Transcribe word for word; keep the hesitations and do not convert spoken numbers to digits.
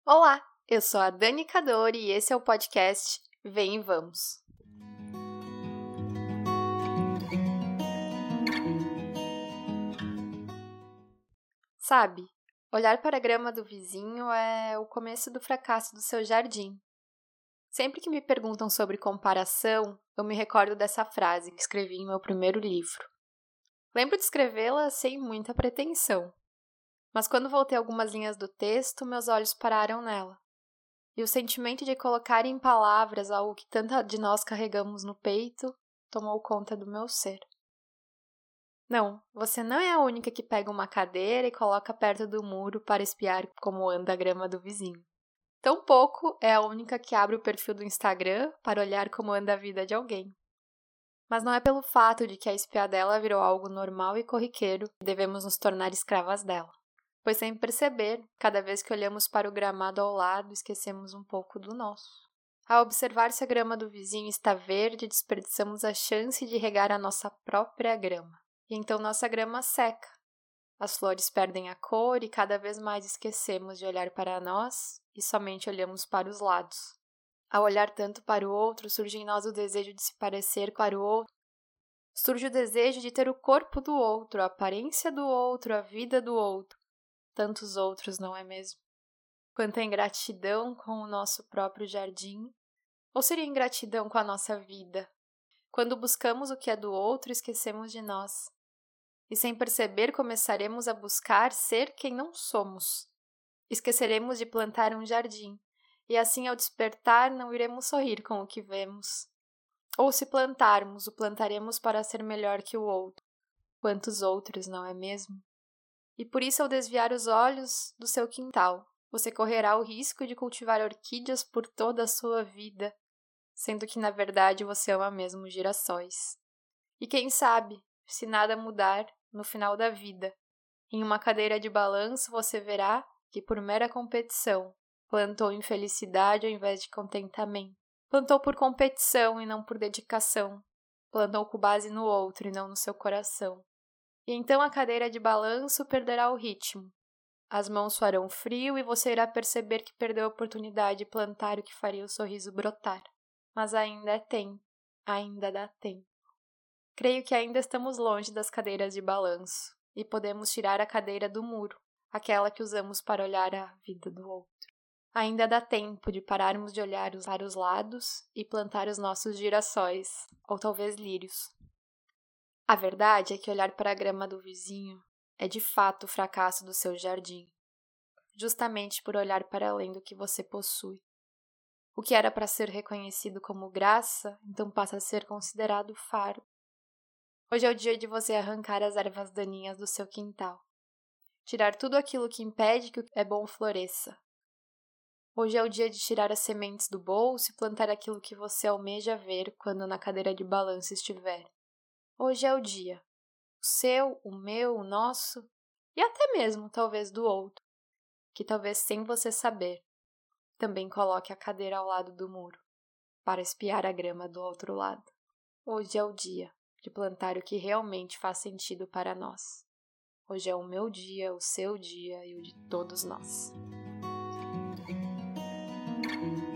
Olá, eu sou a Dani Cadori e esse é o podcast Vem e Vamos. Sabe, olhar para a grama do vizinho é o começo do fracasso do seu jardim. Sempre que me perguntam sobre comparação, eu me recordo dessa frase que escrevi em meu primeiro livro. Lembro de escrevê-la sem muita pretensão, mas quando voltei algumas linhas do texto, meus olhos pararam nela. E o sentimento de colocar em palavras algo que tanta de nós carregamos no peito tomou conta do meu ser. Não, você não é a única que pega uma cadeira e coloca perto do muro para espiar como anda a grama do vizinho. Tampouco é a única que abre o perfil do Instagram para olhar como anda a vida de alguém. Mas não é pelo fato de que a espiadela virou algo normal e corriqueiro que devemos nos tornar escravas dela. Pois sem perceber, cada vez que olhamos para o gramado ao lado, esquecemos um pouco do nosso. Ao observar se a grama do vizinho está verde, desperdiçamos a chance de regar a nossa própria grama. E então nossa grama seca. As flores perdem a cor e cada vez mais esquecemos de olhar para nós e somente olhamos para os lados. Ao olhar tanto para o outro, surge em nós o desejo de se parecer para o outro. Surge o desejo de ter o corpo do outro, a aparência do outro, a vida do outro. Tantos outros, não é mesmo? Quanta ingratidão com o nosso próprio jardim. Ou seria ingratidão com a nossa vida? Quando buscamos o que é do outro, esquecemos de nós. E sem perceber, começaremos a buscar ser quem não somos. Esqueceremos de plantar um jardim. E assim, ao despertar, não iremos sorrir com o que vemos. Ou se plantarmos, o plantaremos para ser melhor que o outro. Quantos outros, não é mesmo? E por isso, ao desviar os olhos do seu quintal, você correrá o risco de cultivar orquídeas por toda a sua vida, sendo que, na verdade, você ama mesmo girassóis. E quem sabe, se nada mudar, no final da vida, em uma cadeira de balanço você verá que, por mera competição, plantou infelicidade ao invés de contentamento. Plantou por competição e não por dedicação. Plantou com base no outro e não no seu coração. E então a cadeira de balanço perderá o ritmo. As mãos farão frio e você irá perceber que perdeu a oportunidade de plantar o que faria o sorriso brotar. Mas ainda é tempo, ainda dá tempo. Creio que ainda estamos longe das cadeiras de balanço e podemos tirar a cadeira do muro, aquela que usamos para olhar a vida do outro. Ainda dá tempo de pararmos de olhar para os lados e plantar os nossos girassóis, ou talvez lírios. A verdade é que olhar para a grama do vizinho é de fato o fracasso do seu jardim, justamente por olhar para além do que você possui. O que era para ser reconhecido como graça, então passa a ser considerado fardo. Hoje é o dia de você arrancar as ervas daninhas do seu quintal, tirar tudo aquilo que impede que o que é bom floresça. Hoje é o dia de tirar as sementes do bolso e plantar aquilo que você almeja ver quando na cadeira de balanço estiver. Hoje é o dia. O seu, o meu, o nosso, e até mesmo, talvez, do outro, que talvez sem você saber, também coloque a cadeira ao lado do muro, para espiar a grama do outro lado. Hoje é o dia de plantar o que realmente faz sentido para nós. Hoje é o meu dia, o seu dia e o de todos nós.